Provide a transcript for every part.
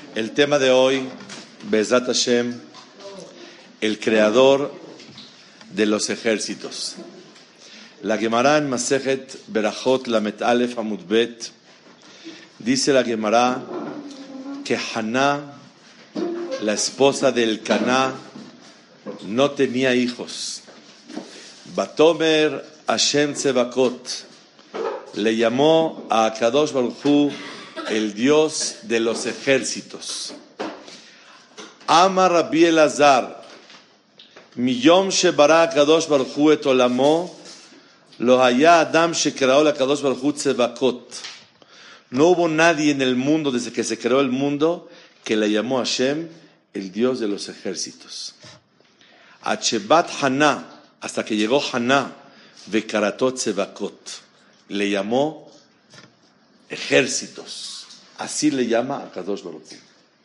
El tema de hoy, Be'ezrat Hashem, el creador de los ejércitos. La Gemara en Masejet Berajot Lamet Alef Amud Bet, dice la Gemara que Haná, la esposa del Caná, no tenía hijos. Batomer Hashem Tzevakot, le llamó a Akadosh Baruj Hu el Dios de los ejércitos. Amar Rabbi Elazar, Miyom shebara Akadosh Baruj Hu et olamo, lo haya Adam shekraó Akadosh Baruj Hu Tzevakot. No hubo nadie en el mundo desde que se creó el mundo que le llamó a Hashem el Dios de los ejércitos. Achebat Haná, hasta que llegó Haná, Vekaratot Tzevakot, le llamó ejércitos. Así le llama a Kadosh Baruch Hu.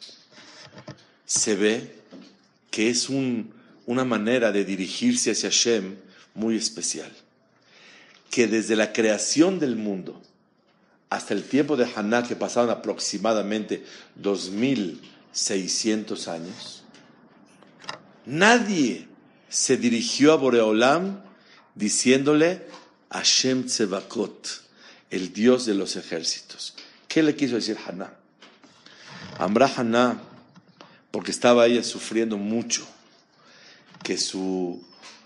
Se ve que es una manera de dirigirse hacia Hashem muy especial. Que desde la creación del mundo hasta el tiempo de Haná, que pasaron aproximadamente 2600 años, nadie se dirigió a Boreolam diciéndole Hashem Tzevakot, el Dios de los ejércitos. ¿Qué le quiso decir Haná? Amra Haná, porque estaba ella sufriendo mucho, que su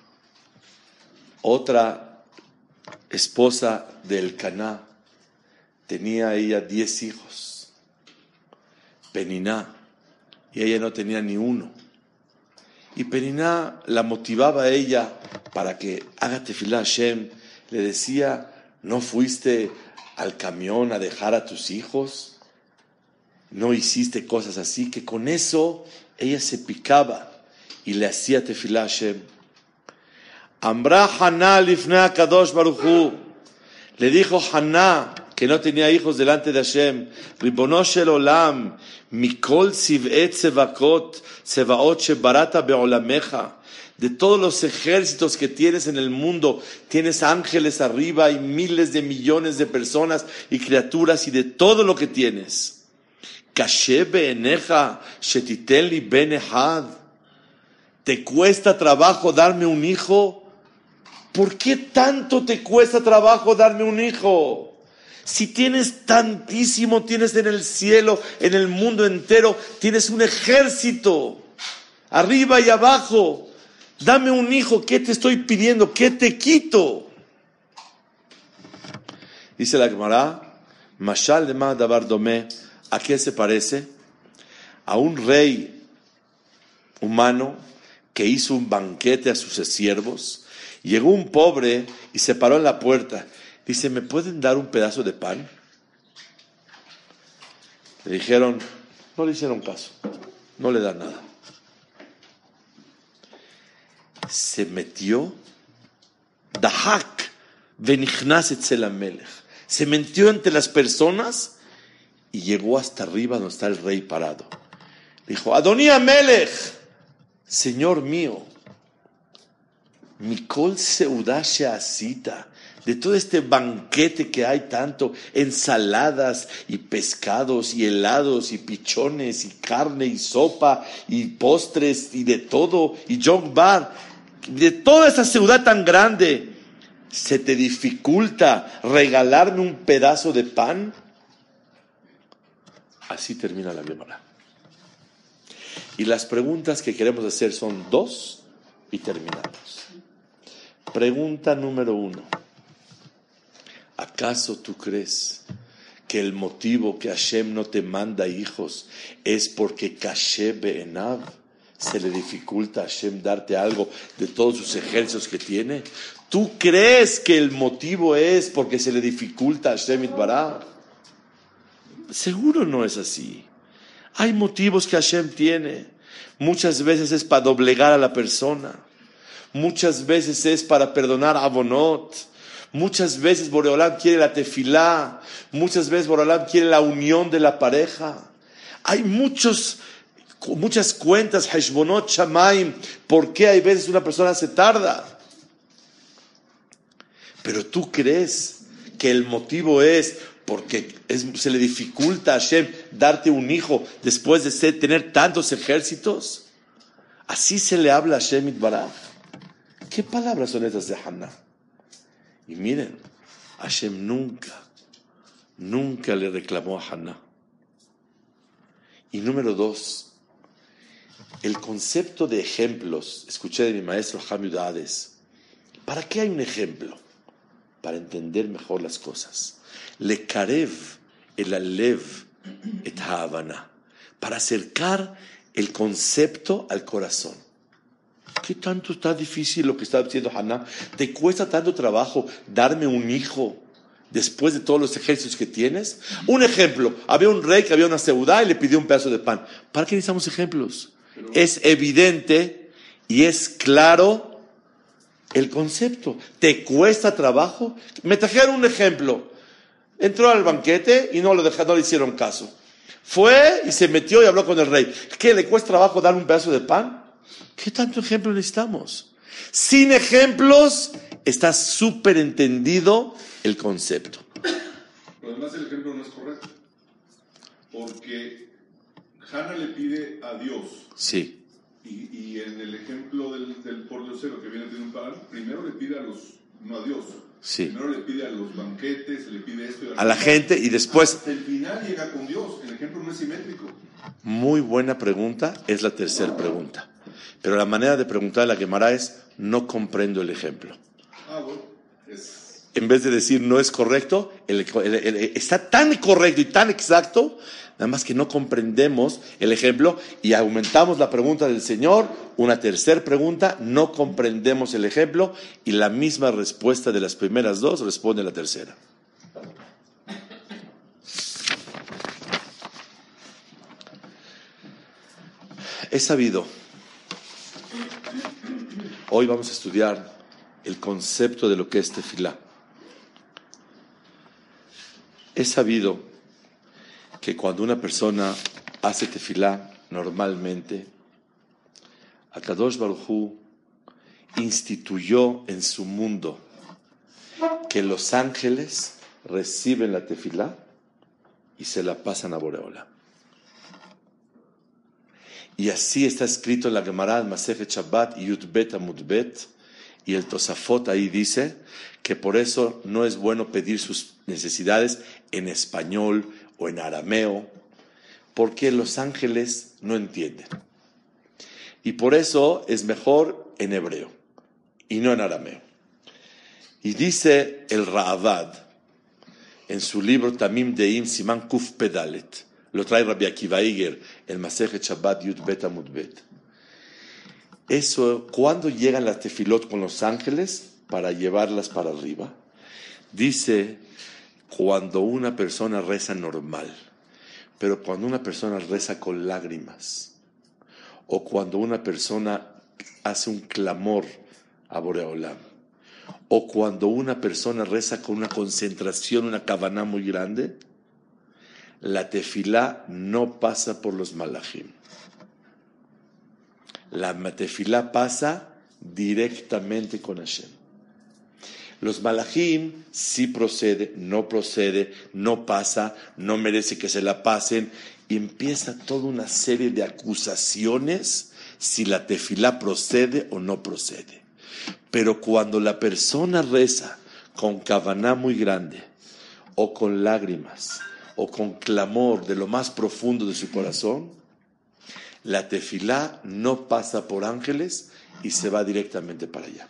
otra esposa del Caná tenía ella 10 hijos, Peniná, y ella no tenía ni uno. Y Peniná la motivaba a ella para que haga tefilá a Hashem. Le decía, ¿no fuiste al camión a dejar a tus hijos? ¿No hiciste cosas así? Que con eso ella se picaba y le hacía tefilá a Hashem. Amra Haná lifnei Kadosh Baruch Hu, le dijo Haná, que no tenía hijos delante de Hashem, Ribono shel olam, mikol tziv'ei tzevakot, tzevaot shebarata be'olamecha, de todos los ejércitos que tienes en el mundo, tienes ángeles arriba y miles de millones de personas y criaturas y de todo lo que tienes. Kashe be'enecha shetiten li ben echad, ¿te cuesta trabajo darme un hijo? ¿Por qué tanto te cuesta trabajo darme un hijo? Si tienes tantísimo, tienes en el cielo, en el mundo entero, tienes un ejército, arriba y abajo. Dame un hijo, ¿qué te estoy pidiendo? ¿Qué te quito? Dice la Gemara, Mashal de Ma Davar Domé, ¿a qué se parece? A un rey humano que hizo un banquete a sus siervos. Llegó un pobre y se paró en la puerta. Dice, ¿me pueden dar un pedazo de pan? Le dijeron, no le hicieron caso, no le dan nada. Se metió, Dahak venichnas etzel hamelech, se metió entre las personas y llegó hasta arriba donde está el rey parado. Dijo, Adoní Hamelech, Señor mío, Mikol seudá she'asita, de todo este banquete que hay tanto, ensaladas y pescados y helados y pichones y carne y sopa y postres y de todo, y jog bar, de toda esa ciudad tan grande, ¿se te dificulta regalarme un pedazo de pan? Así termina la Gemara. Y las preguntas que queremos hacer son 2 y terminamos. Pregunta número 1. ¿Acaso tú crees que el motivo que Hashem no te manda hijos es porque Kashe be'enav, se le dificulta a Hashem darte algo de todos sus ejércitos que tiene? ¿Tú crees que el motivo es porque se le dificulta a Hashem Itbaraj? Seguro no es así. Hay motivos que Hashem tiene. Muchas veces es para doblegar a la persona. Muchas veces es para perdonar avonot. Muchas veces Boreolam quiere la tefilá. Muchas veces Boreolam quiere la unión de la pareja. Hay muchas cuentas, heshbonot shamaim, por qué hay veces una persona se tarda. Pero tú crees que el motivo es porque se le dificulta a Hashem darte un hijo después de tener tantos ejércitos. Así se le habla a Hashem Itbaraj. ¿Qué palabras son esas de Hannah? Y miren, Hashem nunca le reclamó a Hannah. Y número 2, el concepto de ejemplos. Escuché de mi maestro Hamid Hades. ¿Para qué hay un ejemplo? Para entender mejor las cosas. Lekarev el alev et ha'avana. Para acercar el concepto al corazón. ¿Qué tanto está difícil lo que está diciendo Hannah? ¿Te cuesta tanto trabajo darme un hijo después de todos los ejércitos que tienes? Un ejemplo, había un rey que había una ciudad y le pidió un pedazo de pan. ¿Para qué necesitamos ejemplos? Es evidente y es claro el concepto. ¿Te cuesta trabajo? Me trajeron un ejemplo. Entró al banquete y no le hicieron caso. Fue y se metió y habló con el rey. ¿Qué, le cuesta trabajo dar un pedazo de pan? ¿Qué tanto ejemplo necesitamos? Sin ejemplos está súper entendido el concepto. Pero además el ejemplo no es correcto. Porque Hannah le pide a Dios. Sí. Y en el ejemplo del pordiosero que viene de un pan, primero le pide no a Dios. Sí. Primero le pide a los banquetes, le pide esto y a la gente y después. Hasta el final llega con Dios. El ejemplo no es simétrico. Muy buena pregunta, es la tercera pregunta. Pero la manera de preguntar a la Gemara es: no comprendo el ejemplo. Bueno. En vez de decir no es correcto, está tan correcto y tan exacto, nada más que no comprendemos el ejemplo y aumentamos la pregunta del Señor, una tercera pregunta, no comprendemos el ejemplo y la misma respuesta de las primeras dos responde la tercera. Es sabido. Hoy vamos a estudiar el concepto de lo que es tefilá. Es sabido que cuando una persona hace tefilá normalmente, Akadosh Baruj Hu instituyó en su mundo que los ángeles reciben la tefilá y se la pasan a Boreola. Y así está escrito en la Gemara, Masejet Shabbat, Yud Bet Amud Bet, y el Tosafot ahí dice que por eso no es bueno pedir sus necesidades en español o en arameo, porque los ángeles no entienden. Y por eso es mejor en hebreo y no en arameo. Y dice el Ra'avad en su libro Tamim Deim Siman Kuf Pedalet, lo trae Rabbi Akiva Iger, el Masejet Shabbat Yud Bet Amud Bet. Eso, ¿cuándo llegan las tefilot con los ángeles para llevarlas para arriba? Dice, cuando una persona reza normal, pero cuando una persona reza con lágrimas, o cuando una persona hace un clamor a Boreolam, o cuando una persona reza con una concentración, una kavaná muy grande, la tefilá no pasa por los malachim. La tefilá pasa directamente con Hashem. Los malachim sí procede, no pasa, no merece que se la pasen, y empieza toda una serie de acusaciones si la tefilá procede o no procede. Pero cuando la persona reza con kavaná muy grande, o con lágrimas, o con clamor de lo más profundo de su corazón, la tefilá no pasa por ángeles y se va directamente para allá.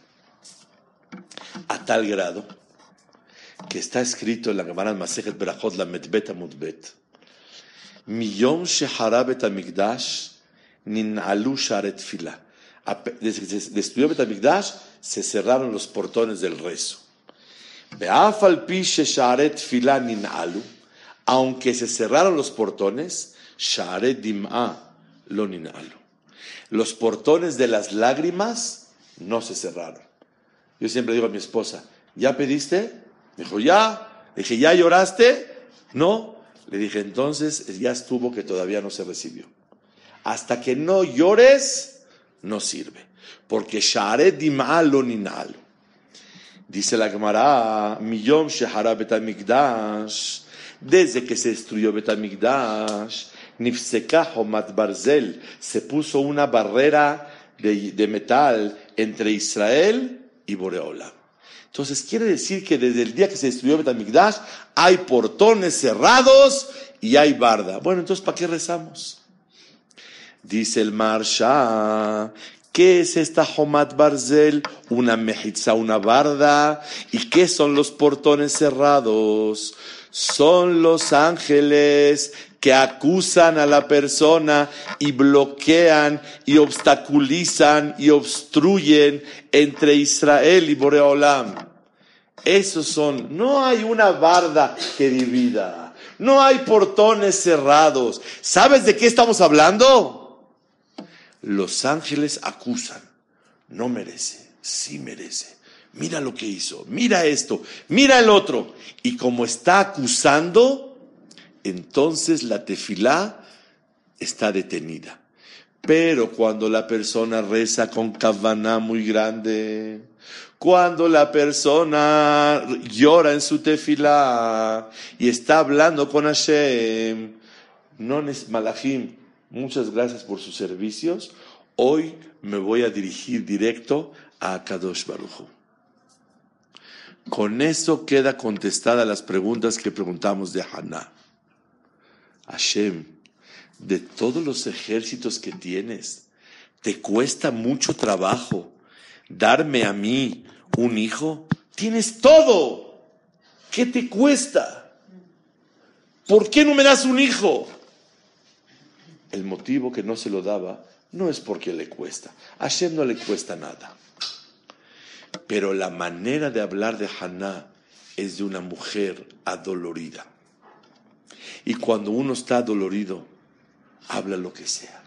A tal grado que está escrito en la Gemara Masejet Berachot Lamed Bet Amud Bet, Miyom shehara Bet Hamikdash nin'alu sharet tefilá. Desde que se destruyó Bet Hamikdash se cerraron los portones del rezo. Be'af al pi shesharet tefilá nin'alu, aunque se cerraron los portones, sharet dim'a lo nin'alu. Los portones de las lágrimas no se cerraron. Yo siempre digo a mi esposa, ¿ya pediste? Me dijo, ya. Le dije, ¿ya lloraste? No. Le dije, entonces ya estuvo que todavía no se recibió. Hasta que no llores, no sirve. Porque sharet dim'a lo nin'alu. Dice la Gemara, Miyom shehara bet hamikdash Desde que se destruyó Bet HaMikdash, Nifseka Homat Barzel, se puso una barrera de metal entre Israel y Boreolam. Entonces quiere decir que desde el día que se destruyó Bet HaMikdash hay portones cerrados y hay barda. Bueno, entonces ¿para qué rezamos? Dice el Marsha, ¿qué es esta Homat Barzel? Una mejitza, una barda. ¿Y qué son los portones cerrados? Son los ángeles que acusan a la persona y bloquean y obstaculizan y obstruyen entre Israel y Boreolam. Esos son, no hay una barda que divida, no hay portones cerrados. ¿Sabes de qué estamos hablando? Los ángeles acusan, no merece, sí merece. Mira lo que hizo, mira esto, mira el otro. Y como está acusando, entonces la tefilá está detenida. Pero cuando la persona reza con kavaná muy grande, cuando la persona llora en su tefilá y está hablando con Hashem, no es malachim, muchas gracias por sus servicios, hoy me voy a dirigir directo a Kadosh Baruj Hu. Con eso queda contestada las preguntas que preguntamos de Haná. Hashem, de todos los ejércitos que tienes, ¿te cuesta mucho trabajo darme a mí un hijo? Tienes todo. ¿Qué te cuesta? ¿Por qué no me das un hijo? El motivo que no se lo daba no es porque le cuesta. A Hashem no le cuesta nada. Pero la manera de hablar de Haná es de una mujer adolorida. Y cuando uno está adolorido, habla lo que sea.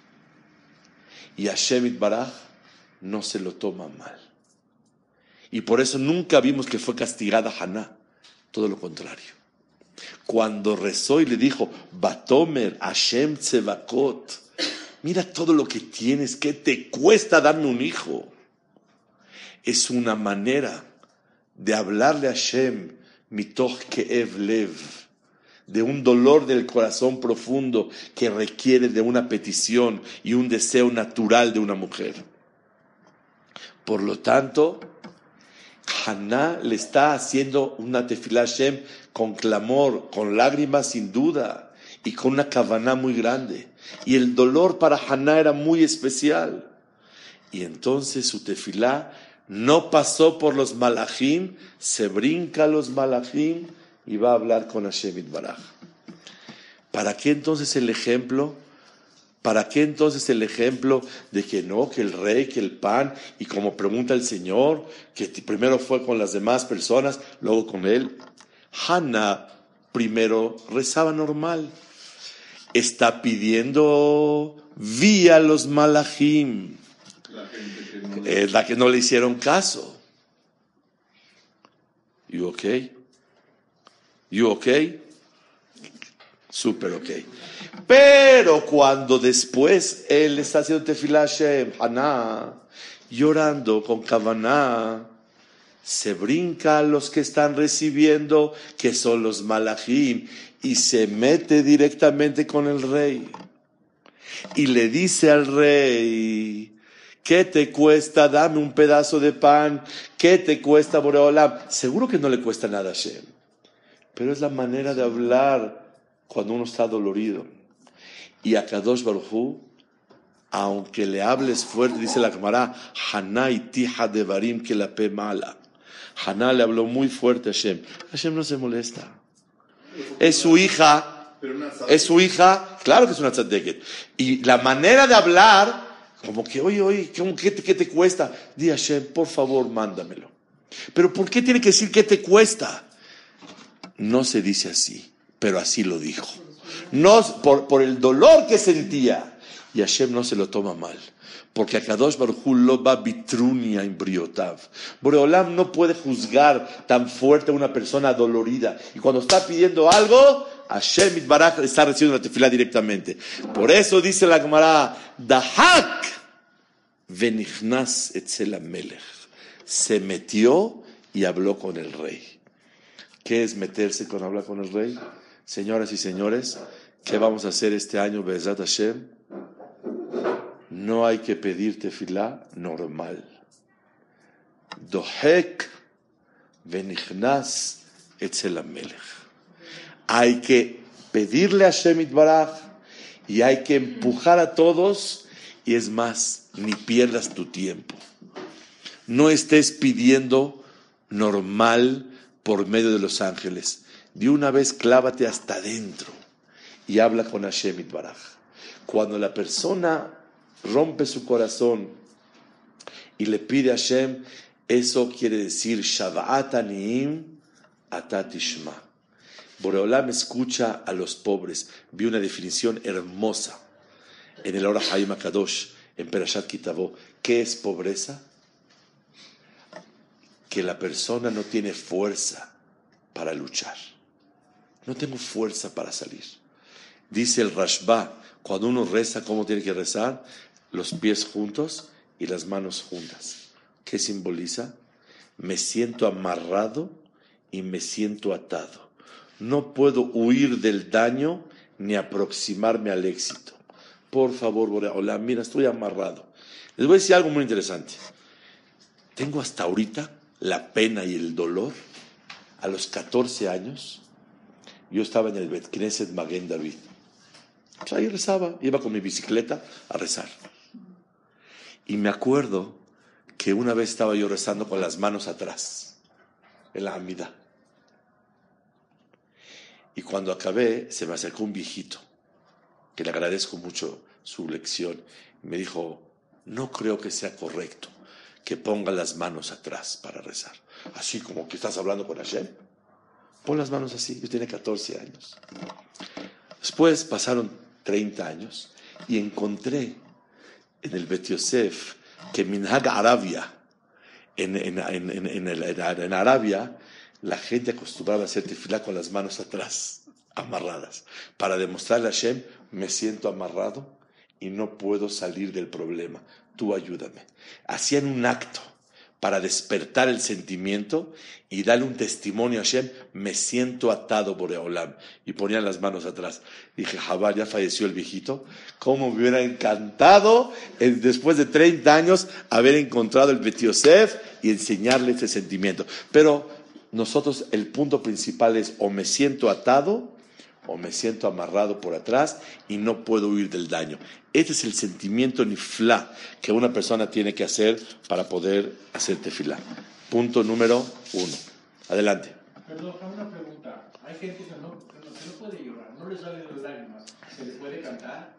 Y Hashem Itbaraj no se lo toma mal. Y por eso nunca vimos que fue castigada Haná. Todo lo contrario. Cuando rezó y le dijo, Batomer Hashem Tzevakot, mira todo lo que tienes, ¿qué te cuesta darme un hijo? Es una manera de hablarle a Hashem, mitoch ke'ev lev, de un dolor del corazón profundo que requiere de una petición y un deseo natural de una mujer. Por lo tanto, Haná le está haciendo una tefilá a Hashem con clamor, con lágrimas sin duda, y con una kavaná muy grande. Y el dolor para Haná era muy especial. Y entonces su tefilá no pasó por los malachim, se brinca a los malachim y va a hablar con Hashem Itbaraj. ¿Para qué entonces el ejemplo? ¿Para qué entonces el ejemplo de que no, que el rey, que el pan, y como pregunta el Señor, que primero fue con las demás personas, luego con él? Haná primero rezaba normal. Está pidiendo vía los malachim. Es la que no le hicieron caso. You okay? You okay? Super okay. Pero cuando después él está haciendo tefilá Hashem, Haná, llorando con kavaná, se brinca a los que están recibiendo, que son los malachim, y se mete directamente con el rey. Y le dice al rey, ¿qué te cuesta? Dame un pedazo de pan. ¿Qué te cuesta, Boreolam? Seguro que no le cuesta nada a Hashem. Pero es la manera de hablar cuando uno está dolorido. Y a Kadosh Baruj Hu, aunque le hables fuerte, dice la Gemara, Haná itiha devarim que la pe mala. Haná le habló muy fuerte a Hashem. Hashem no se molesta. Es su hija. Es su hija. Claro que es una tzadeket. Y la manera de hablar, como que, oye, ¿qué te cuesta? Di a Hashem, por favor, mándamelo. Pero ¿por qué tiene que decir qué te cuesta? No se dice así, pero así lo dijo. No, por el dolor que sentía. Y Hashem no se lo toma mal. Porque a Kadosh Baruj Hu lo va bitrunia en briotav. Boreolam no puede juzgar tan fuerte a una persona dolorida. Y cuando está pidiendo algo, Hashem Itbaraj está recibiendo la tefilá directamente. Por eso dice la Gemara, Dahak venichnas etzel hamelech. Se metió y habló con el rey. ¿Qué es meterse con hablar con el rey? Señoras y señores, ¿qué vamos a hacer este año, Be'ezrat Hashem? No hay que pedir tefilá normal. Dohek venichnas etzel hamelech. Hay que pedirle a Hashem Yitbaraj y hay que empujar a todos, y es más, ni pierdas tu tiempo. No estés pidiendo normal por medio de los ángeles. De una vez clávate hasta adentro y habla con Hashem Yitbaraj. Cuando la persona rompe su corazón y le pide a Hashem, eso quiere decir Shava'at Aniim Ata Tishma. Boreolam escucha a los pobres. Vi una definición hermosa en el Orach Hayim HaKadosh, en Perashat Kitavo. ¿Qué es pobreza? Que la persona no tiene fuerza para luchar. No tengo fuerza para salir. Dice el Rashba, cuando uno reza, ¿cómo tiene que rezar? Los pies juntos y las manos juntas. ¿Qué simboliza? Me siento amarrado y me siento atado. No puedo huir del daño ni aproximarme al éxito. Por favor, hola, mira, estoy amarrado. Les voy a decir algo muy interesante. Tengo hasta ahorita la pena y el dolor. A los 14 años, yo estaba en el Bet Knesset Maguen David. Pues ahí rezaba, iba con mi bicicleta a rezar. Y me acuerdo que una vez estaba yo rezando con las manos atrás, en la Amida. Y cuando acabé, se me acercó un viejito, que le agradezco mucho su lección. Me dijo, no creo que sea correcto que ponga las manos atrás para rezar. Así como que estás hablando con Hashem. Pon las manos así. Yo tenía 14 años. Después pasaron 30 años y encontré en el Bet Yosef que Minhag Arabia, en Arabia, la gente acostumbraba a hacer tefilá con las manos atrás, amarradas, para demostrarle a Hashem, me siento amarrado y no puedo salir del problema, tú ayúdame. Hacían un acto para despertar el sentimiento y darle un testimonio a Hashem, me siento atado por Boreolam, y ponían las manos atrás. Dije, Jabal, ya falleció el viejito, cómo me hubiera encantado después de 30 años haber encontrado el Bet Yosef y enseñarle ese sentimiento. Pero nosotros el punto principal es o me siento atado o me siento amarrado por atrás y no puedo huir del daño. Este es el sentimiento niflá que una persona tiene que hacer para poder hacer tefilá. Punto número 1. Adelante. Perdón, una pregunta. Hay gente que no puede llorar, no le salen las lágrimas. ¿Se le puede cantar?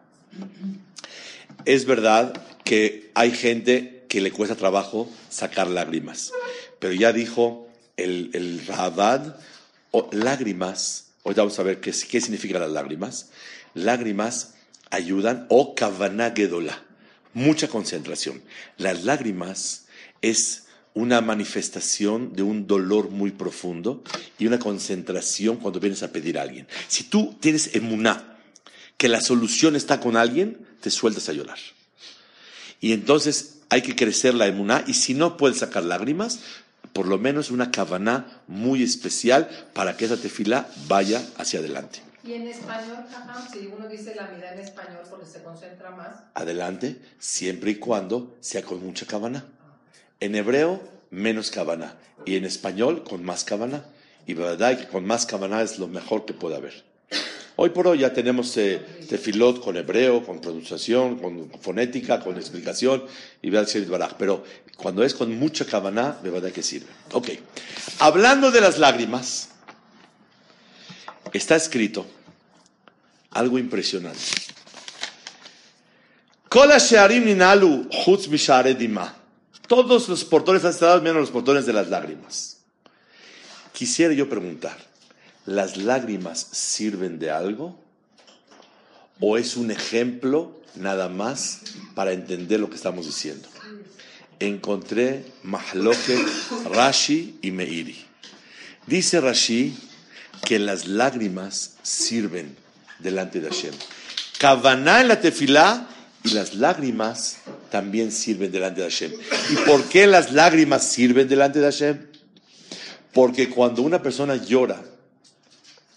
Es verdad que hay gente que le cuesta trabajo sacar lágrimas, pero ya dijo el Rahabad, lágrimas. Hoy vamos a ver qué significan las lágrimas. Lágrimas ayudan, o kavaná gedolah, mucha concentración. Las lágrimas es una manifestación de un dolor muy profundo y una concentración cuando vienes a pedir a alguien. Si tú tienes emuná, que la solución está con alguien, te sueltas a llorar. Y entonces hay que crecer la emuná, y si no puedes sacar lágrimas, por lo menos una kavaná muy especial para que esa tefilá vaya hacia adelante. Y en español, Jajam, si uno dice la mitad en español porque se concentra más. Adelante, siempre y cuando sea con mucha kavaná. En hebreo, menos kavaná. Y en español, con más kavaná. Y verdad que con más kavaná es lo mejor que puede haber. Hoy por hoy ya tenemos tefilot con hebreo, con pronunciación, con fonética, con explicación, y pero cuando es con mucha kavaná, de verdad que sirve. Ok, hablando de las lágrimas, está escrito algo impresionante. Todos los portones han cerrado menos los portones de las lágrimas. Quisiera yo preguntar, ¿las lágrimas sirven de algo? ¿O es un ejemplo nada más para entender lo que estamos diciendo? Encontré Mahloket, Rashi y Meiri. Dice Rashi que las lágrimas sirven delante de Hashem. Kavaná en la tefilá y las lágrimas también sirven delante de Hashem. ¿Y por qué las lágrimas sirven delante de Hashem? Porque cuando una persona llora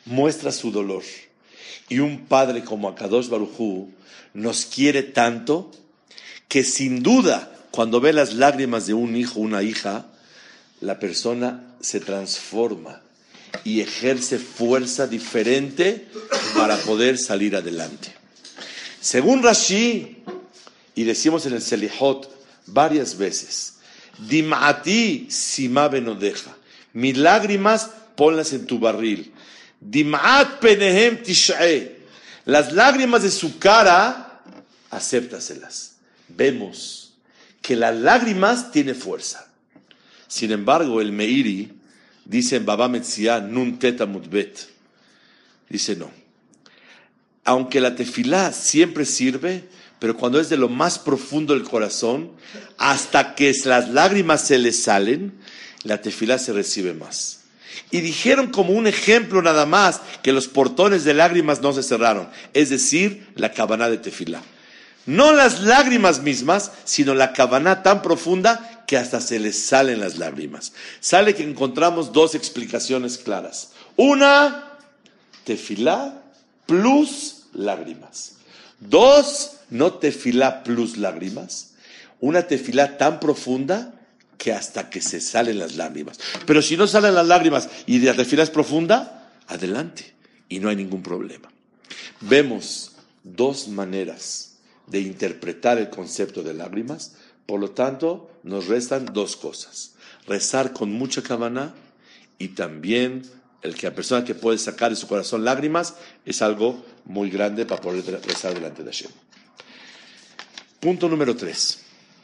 muestra su dolor. Y un padre como Akadosh Baruj Hu nos quiere tanto que sin duda, cuando ve las lágrimas de un hijo o una hija, la persona se transforma y ejerce fuerza diferente para poder salir adelante. Según Rashi, y decimos en el Selihot varias veces, Dim'ati sima benodeja, mis lágrimas ponlas en tu barril. Dim'at penehem tish'e, las lágrimas de su cara, acéptaselas. Vemos que las lágrimas tienen fuerza. Sin embargo, el Meiri dice en Baba Metzia Nun Teta Mutbet, dice no. Aunque la tefilá siempre sirve, pero cuando es de lo más profundo del corazón, hasta que las lágrimas se le salen, la tefilá se recibe más. Y dijeron como un ejemplo nada más que los portones de lágrimas no se cerraron, es decir, la kavaná de tefilá. No las lágrimas mismas, sino la kavaná tan profunda que hasta se les salen las lágrimas. Sale que encontramos dos explicaciones claras. Una, tefilá plus lágrimas. Dos, no tefilá plus lágrimas. Una tefilá tan profunda que hasta que se salen las lágrimas. Pero si no salen las lágrimas y la tefilá es profunda, adelante. Y no hay ningún problema. Vemos dos maneras de interpretar el concepto de lágrimas. Por lo tanto, nos restan dos cosas. Rezar con mucha kavaná y también la persona que puede sacar de su corazón lágrimas es algo muy grande para poder rezar delante de Hashem. Punto número 3.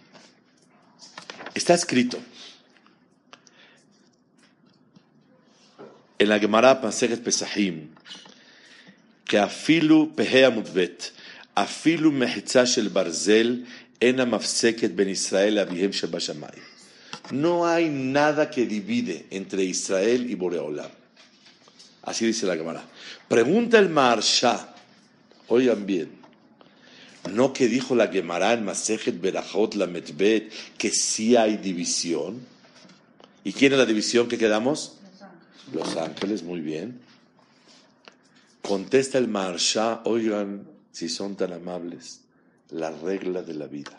Está escrito en la Gemara Masejet Pesachim que afilu pehea mutbet, afilu mechitza shel barzel ena mafseket ben Israel avihem shebashamayim. No hay nada que divide entre Israel y Boreolam. Así dice la Gemara. Pregunta el Maharsha, oigan bien, ¿no que dijo la Gemara en Masejet Berajot Lamed Bet que sí hay división? ¿Y quién es la división que quedamos? Los ángeles, muy bien. Contesta el Maharsha, oigan, si son tan amables, la regla de la vida.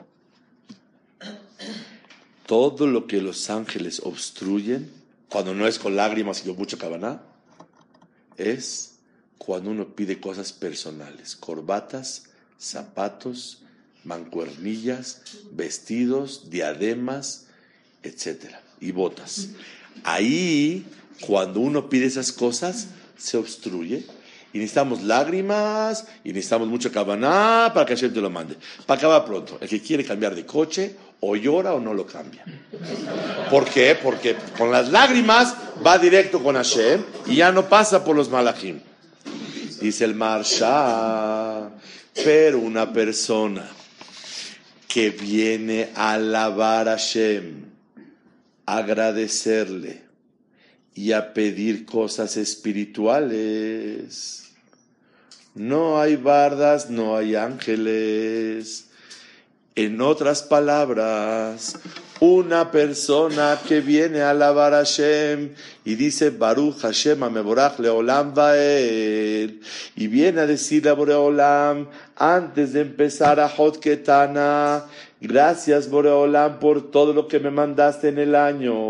Todo lo que los ángeles obstruyen, cuando no es con lágrimas y con mucha kavaná, es cuando uno pide cosas personales, corbatas, zapatos, mancuernillas, vestidos, diademas, etcétera, y botas. Ahí, cuando uno pide esas cosas, se obstruye. Y necesitamos lágrimas y necesitamos mucha kavaná para que Hashem te lo mande. Para acabar pronto, el que quiere cambiar de coche, o llora o no lo cambia. ¿Por qué? Porque con las lágrimas va directo con Hashem y ya no pasa por los malachim. Dice el Maharsha, pero una persona que viene a alabar a Hashem, a agradecerle y a pedir cosas espirituales, no hay bardas, no hay ángeles. En otras palabras, una persona que viene a alabar a Hashem y dice Baruch Hashem Ameborach Leolam Vael, y viene a decirle a Boreolam antes de empezar a Hot Ketana, gracias Boreolam por todo lo que me mandaste en el año.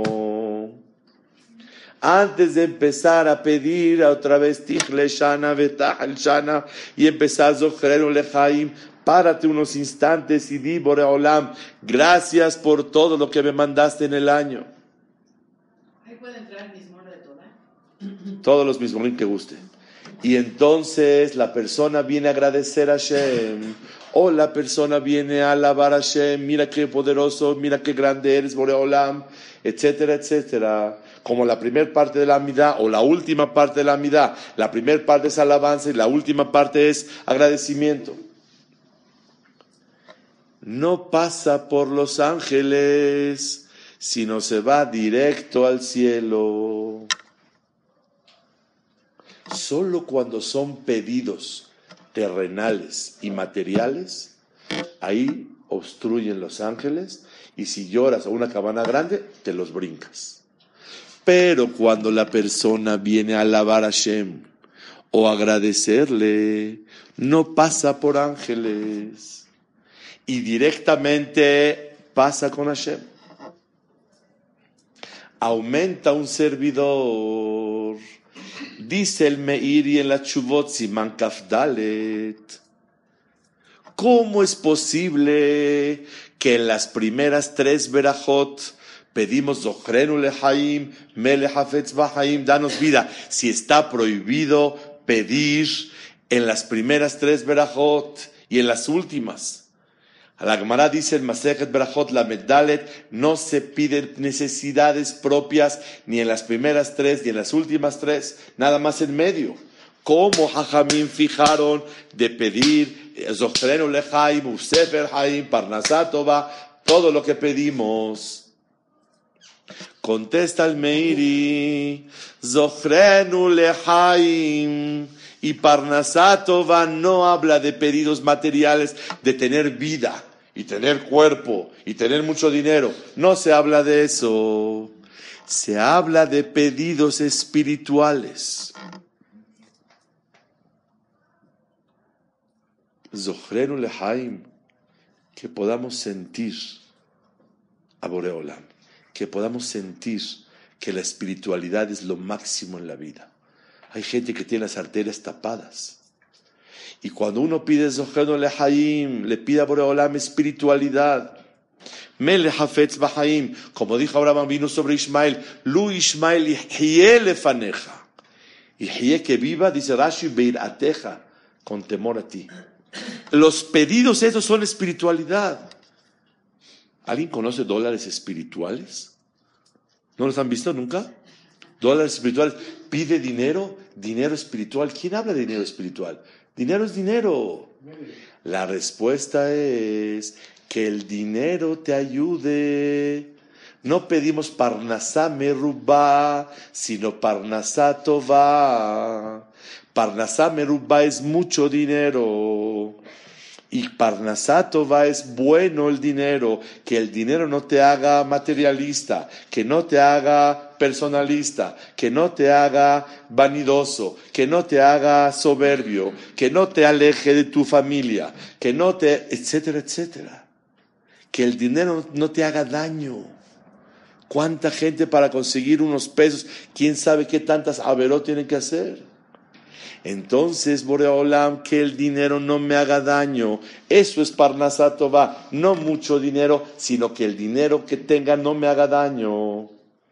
Antes de empezar a pedir otra vez Tichle Shana Betahel Shana y empezar Zocherenu Lechaim, párate unos instantes y di Boreolam, gracias por todo lo que me mandaste en el año. Ahí puede entrar el mismor de Torah. Todos los mismorim que guste. Y entonces la persona viene a agradecer a Hashem, o la persona viene a alabar a Hashem, mira qué poderoso, mira qué grande eres Boreolam, etcétera, etcétera. Como la primera parte de la Amidá o la última parte de la Amidá, la primera parte es alabanza y la última parte es agradecimiento. No pasa por los ángeles, sino se va directo al cielo. Solo cuando son pedidos terrenales y materiales, ahí obstruyen los ángeles, y si lloras a una cabana grande, te los brincas. Pero cuando la persona viene a alabar a Hashem, o agradecerle no pasa por ángeles y directamente pasa con Hashem. Aumenta un servidor. Dice el Meiri en la Tshuvot Siman Kaf Dalet. ¿Cómo es posible que en las primeras 3 verajot pedimos Zochrenu lehaim, Melech hafetz bahaim, danos vida? Si está prohibido pedir en las primeras 3 verajot y en las últimas. La Gemara dice en Masejet Berajot Lamed Dalet, no se piden necesidades propias ni en las primeras 3 ni en las últimas 3, nada más en medio. ¿Cómo Jajamín fijaron de pedir Zochrenu lehaim, Usefer haim, Parnasá tova, todo lo que pedimos? Contesta el Meiri, Zochrenu lehaim y Parnasá tova no habla de pedidos materiales, de tener vida y tener cuerpo y tener mucho dinero. No se habla de eso. Se habla de pedidos espirituales. Zochrenu lehaim, que podamos sentir a Boreolam, que podamos sentir que la espiritualidad es lo máximo en la vida. Hay gente que tiene las arterias tapadas. Y cuando uno pide Zochrenu lehaim, le pide a Boreolam espiritualidad. Melech hafetz bahaim, como dijo Abraham vino sobre Ismael, Lu Ismael yihye lefaneja. Yihye, que viva, dice Rashi, beirateja, con temor a ti. Los pedidos esos son espiritualidad. ¿Alguien conoce dólares espirituales? ¿No los han visto nunca? Dólares espirituales. Pide dinero, dinero espiritual. ¿Quién habla de dinero espiritual? Dinero es dinero. La respuesta es que el dinero te ayude. No pedimos Parnasá merubá, sino Parnasá tová. Parnasá merubá es mucho dinero. Y Parnasá tová es bueno el dinero, que el dinero no te haga materialista, que no te haga personalista, que no te haga vanidoso, que no te haga soberbio, que no te aleje de tu familia, que no te, etcétera, etcétera. Que el dinero no te haga daño. ¿Cuánta gente para conseguir unos pesos? ¿Quién sabe qué tantas averot tienen que hacer? Entonces, Boreolam, que el dinero no me haga daño. Eso es Parnasá tová. No mucho dinero, sino que el dinero que tenga no me haga daño.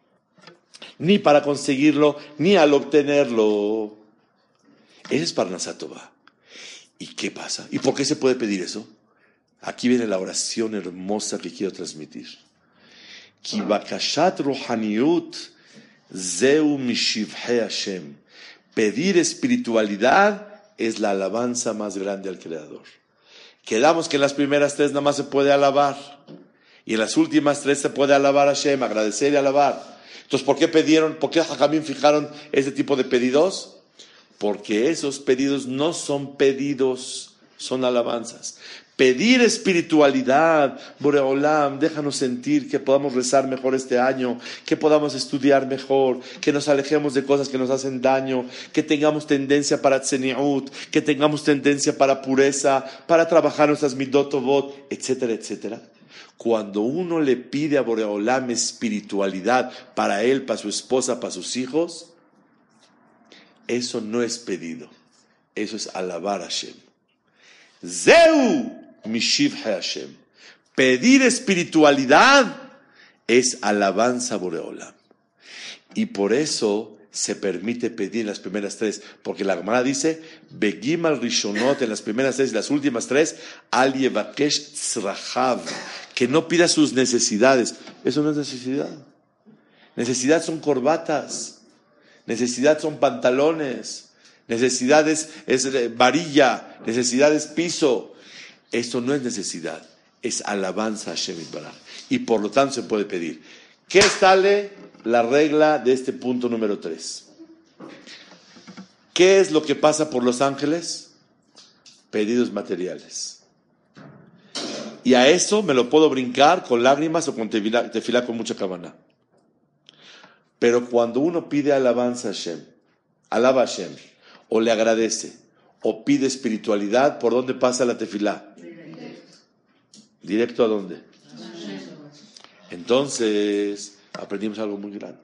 Ni para conseguirlo, ni al obtenerlo. Eso es Parnasá tová. ¿Y qué pasa? ¿Y por qué se puede pedir eso? Aquí viene la oración hermosa que quiero transmitir. Ki bakashat ruhaniyut zeu mishivhei Hashem. Pedir espiritualidad es la alabanza más grande al Creador. Quedamos que en las primeras 3 nada más se puede alabar. Y en las últimas 3 se puede alabar a Hashem, agradecer y alabar. Entonces, ¿por qué Jajamín fijaron ese tipo de pedidos? Porque esos pedidos no son pedidos, son alabanzas. Pedir espiritualidad, Boreolam, déjanos sentir que podamos rezar mejor este año, que podamos estudiar mejor, que nos alejemos de cosas que nos hacen daño, que tengamos tendencia para tzeniut, que tengamos tendencia para pureza, para trabajar nuestras midot tovot, etcétera, etcétera. Cuando uno le pide a Boreolam espiritualidad para él, para su esposa, para sus hijos, eso no es pedido, eso es alabar a Hashem. Zeu Mishiv Hashem. Pedir espiritualidad es alabanza a Boreolam. Y por eso se permite pedir en las primeras 3, porque la Gemara dice, Begim al Rishonot, en las primeras 3 y las últimas 3, Al Yevakesh Tzrachav, que no pida sus necesidades. Eso no es necesidad. Necesidad son corbatas, necesidad son pantalones, necesidad es varilla, necesidad es piso. Esto no es necesidad, es alabanza a Hashem Yitbaraj. Y por lo tanto se puede pedir. ¿Qué sale la regla de este punto número 3? ¿Qué es lo que pasa por los ángeles? Pedidos materiales. Y a eso me lo puedo brincar con lágrimas o con tefilá con mucha cabana. Pero cuando uno pide alabanza a Hashem, alaba a Hashem, o le agradece, o pide espiritualidad, ¿por dónde pasa la tefilá? ¿Directo a dónde? Entonces, aprendimos algo muy grande.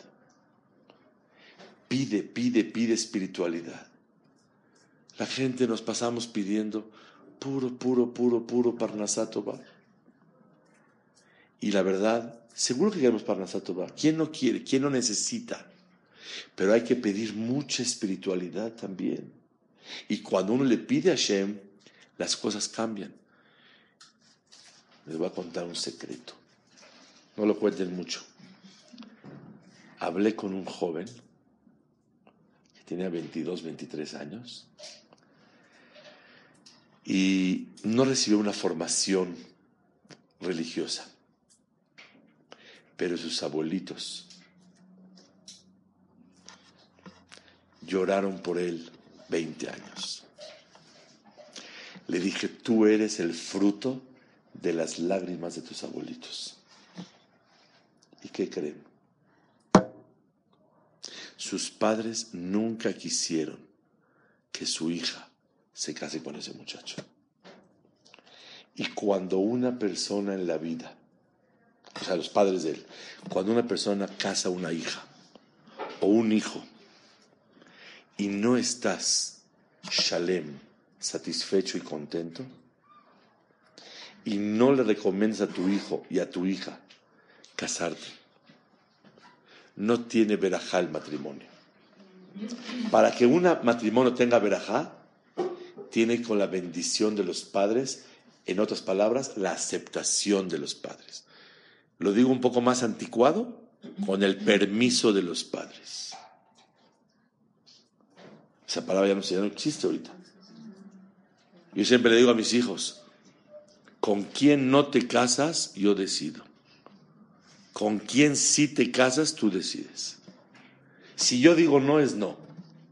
Pide espiritualidad. La gente nos pasamos pidiendo puro Parnasá Tová. Y la verdad, seguro que queremos Parnasá Tová. ¿Quién no quiere? ¿Quién no necesita? Pero hay que pedir mucha espiritualidad también. Y cuando uno le pide a Hashem, las cosas cambian. Les voy a contar un secreto. No lo cuenten mucho. Hablé con un joven que tenía 22, 23 años y no recibió una formación religiosa, pero sus abuelitos lloraron por él 20 años. Le dije, tú eres el fruto de las lágrimas de tus abuelitos. ¿Y qué creen? Sus padres nunca quisieron que su hija se case con ese muchacho. Y cuando una persona en la vida, o sea, los padres de él, cuando una persona casa a una hija o un hijo y no estás shalem, satisfecho y contento, y no le recomiendas a tu hijo y a tu hija casarte, no tiene verajá el matrimonio. Para que un matrimonio tenga verajá, tiene con la bendición de los padres, en otras palabras, la aceptación de los padres. Lo digo un poco más anticuado, con el permiso de los padres. Esa palabra ya no existe ahorita. Yo siempre le digo a mis hijos, con quién no te casas, yo decido. Con quién sí te casas, tú decides. Si yo digo no, es no.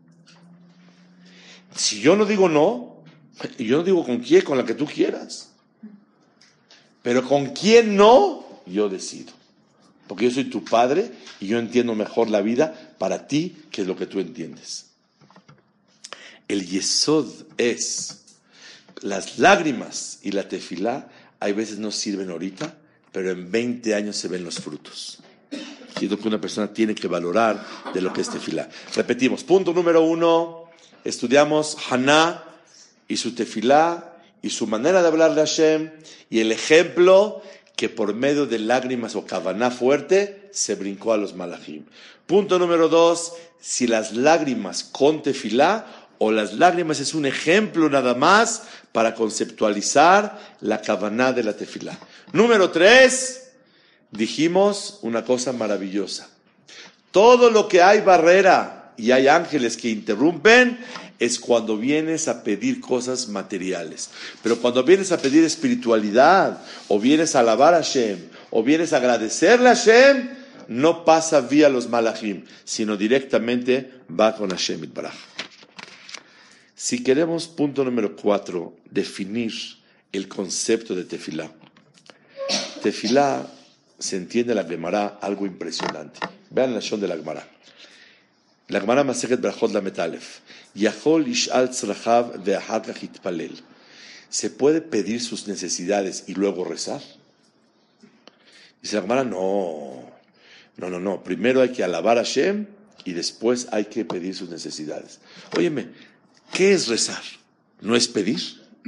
Si yo no digo no, yo no digo con quién, con la que tú quieras. Pero con quién no, yo decido. Porque yo soy tu padre y yo entiendo mejor la vida para ti que lo que tú entiendes. El yesod es las lágrimas y la tefilá. Hay veces no sirven ahorita, pero en 20 años se ven los frutos. Y es lo que una persona tiene que valorar de lo que es tefilá. Repetimos, punto número 1, estudiamos Haná y su tefilá y su manera de hablarle a Hashem y el ejemplo que por medio de lágrimas o kavaná fuerte se brincó a los malachim. Punto número 2, si las lágrimas con tefilá o las lágrimas es un ejemplo nada más para conceptualizar la kavaná de la tefilá. Número 3, dijimos una cosa maravillosa. Todo lo que hay barrera y hay ángeles que interrumpen es cuando vienes a pedir cosas materiales. Pero cuando vienes a pedir espiritualidad, o vienes a alabar a Hashem, o vienes a agradecerle a Hashem, no pasa vía los malachim, sino directamente va con Hashem Itbaraj. Si queremos, punto número 4, definir el concepto de tefilá. Tefilá se entiende en la Gemara algo impresionante. Vean la shon de la Gemara. La Gemara Masechet Brachot Lamed Aleph. Yachol ish'al tzrachav ve'achar kach yitpalel. ¿Se puede pedir sus necesidades y luego rezar? Dice la Gemara, no. Primero hay que alabar a Hashem y después hay que pedir sus necesidades. Óyeme, ¿qué es rezar? ¿No es pedir?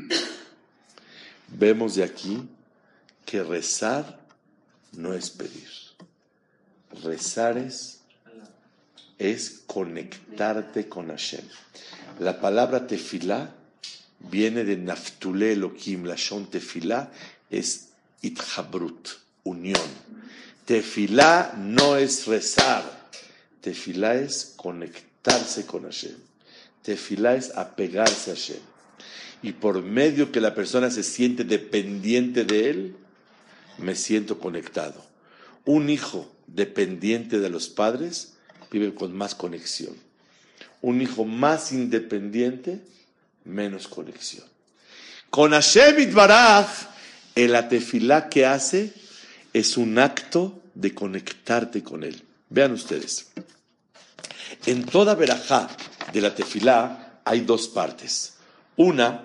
Vemos de aquí que rezar no es pedir. Rezar es conectarte con Hashem. La palabra tefilá viene de naftule Elohim. La shon tefilá es itchabrut, unión. Tefilá no es rezar. Tefilá es conectarse con Hashem. Tefilá es apegarse a Hashem. Y por medio que la persona se siente dependiente de él, me siento conectado. Un hijo dependiente de los padres vive con más conexión. Un hijo más independiente, menos conexión. Con Hashem Itbaraj, el tefilá que hace es un acto de conectarte con él. Vean ustedes. En toda verajá de la tefilá hay dos partes. Una,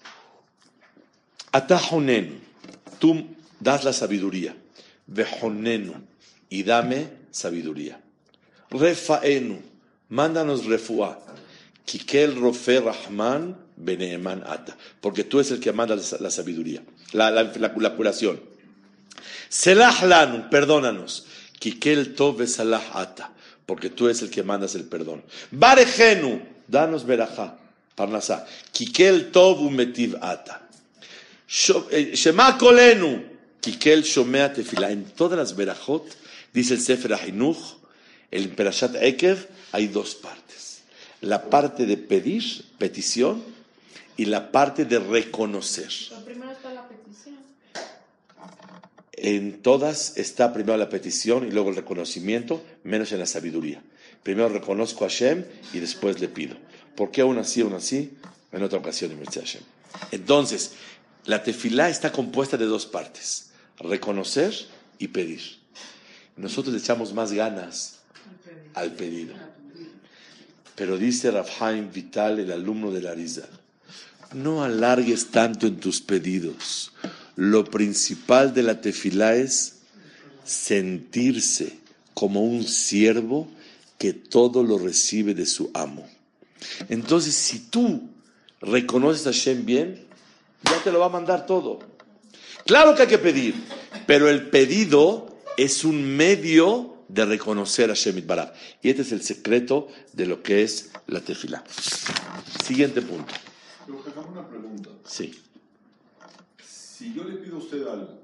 atajonenu, tú das la sabiduría. Vejonenu, y dame sabiduría. Refaenu, mándanos refuá. Kikel rofe rahman beneeman ata, porque tú es el que manda la sabiduría, la curación. Selah lanu, perdónanos. Kikel tov salah ata, porque tú es el que mandas el perdón. Barejenu, danos berajá, parnasá. Kikel tov umetiv ata. Shema kolenu, kikel shomea tefila. En todas las berajot, dice el Sefer HaHinuch, el Perashat Ekev, hay dos partes. La parte de pedir, petición, y la parte de reconocer. Pero primero está la petición. En todas está primero la petición y luego el reconocimiento, menos en la sabiduría. Primero reconozco a Hashem y después le pido. ¿Por qué aún así? En otra ocasión, en Hashem. Entonces, la tefilá está compuesta de dos partes: reconocer y pedir. Nosotros le echamos más ganas al pedido. Pero dice Rav Haim Vital, el alumno de la Arizal, no alargues tanto en tus pedidos. Lo principal de la tefilá es sentirse como un siervo que todo lo recibe de su amo. Entonces, si tú reconoces a Hashem bien, ya te lo va a mandar todo. Claro que hay que pedir, pero el pedido es un medio de reconocer a Hashem Yitbaraj. Y este es el secreto de lo que es la tefilá. Siguiente punto. Pero hagamos una pregunta. Sí. Si yo le pido a usted algo,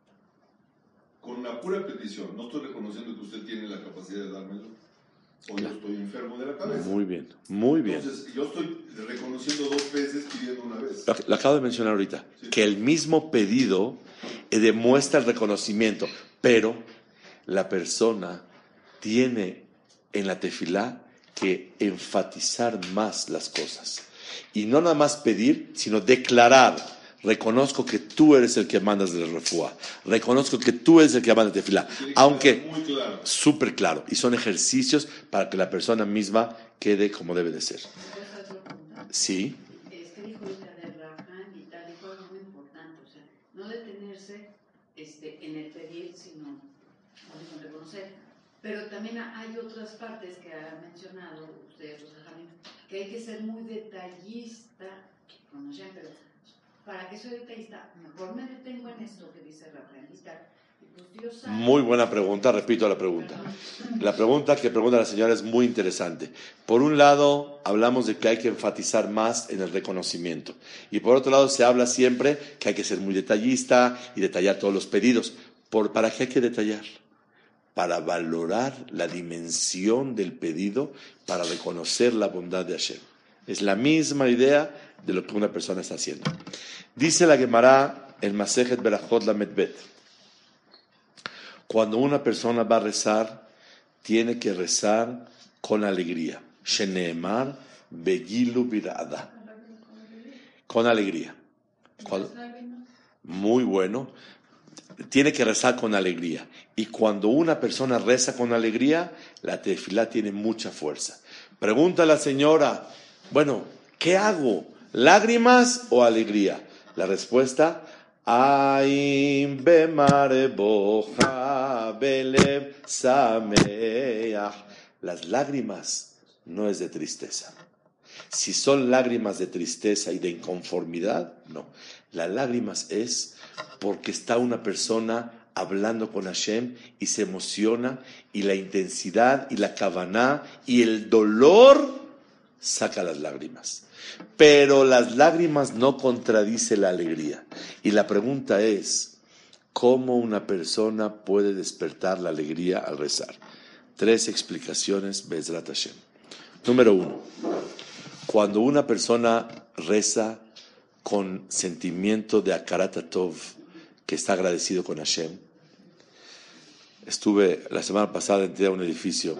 con la pura petición, no estoy reconociendo que usted tiene la capacidad de dármelo, o yo estoy enfermo de la cabeza. Muy bien, muy bien. Entonces, yo estoy reconociendo dos veces, pidiendo una vez. Lo acabo de mencionar ahorita, Sí. que el mismo pedido demuestra el reconocimiento, pero la persona tiene en la tefilá que enfatizar más las cosas. Y no nada más pedir, sino declarar: reconozco que tú eres el que mandas de la refuá, reconozco que tú eres el que mandas de tefilá. Tiene que Aunque quedar muy claro. súper claro. Y son ejercicios para que la persona misma quede como debe de ser. ¿Puedes hacer una pregunta? Sí. Es que dijo ahorita de Rahman y tal, dijo algo muy importante, o sea, no detenerse en el pedir, sino en reconocer. Pero también hay otras partes que ha mencionado usted, Rosa, que hay que ser muy detallista con Hashem, pero para que soy detallista, mejor me detengo en esto que dice Rahman y tal. Y pues Dios sabe. Muy buena pregunta, repito la pregunta. La pregunta que pregunta la señora es muy interesante. Por un lado, hablamos de que hay que enfatizar más en el reconocimiento. Y por otro lado, se habla siempre que hay que ser muy detallista y detallar todos los pedidos. ¿Para qué hay que detallar? Para valorar la dimensión del pedido, para reconocer la bondad de Hashem. Es la misma idea de lo que una persona está haciendo. Dice la Gemara en Masejet Berajot Lamed Bet: cuando una persona va a rezar, tiene que rezar con alegría. Sheneemar begilu birada. Con alegría. Muy bueno. Tiene que rezar con alegría. Y cuando una persona reza con alegría, la tefilá tiene mucha fuerza. Pregunta a la señora: bueno, ¿qué hago? ¿Lágrimas o alegría? La respuesta: Aim bemare boja belev sameach. Las lágrimas no es de tristeza. Si son lágrimas de tristeza y de inconformidad, no. Las lágrimas es porque está una persona hablando con Hashem y se emociona, y la intensidad y la kavaná y el dolor saca las lágrimas. Pero las lágrimas no contradice la alegría. Y la pregunta es: ¿cómo una persona puede despertar la alegría al rezar? 3 explicaciones, Bezrat Hashem. Número 1. Cuando una persona reza con sentimiento de Akarat Tov, que está agradecido con Hashem. Estuve la semana pasada, entré a un edificio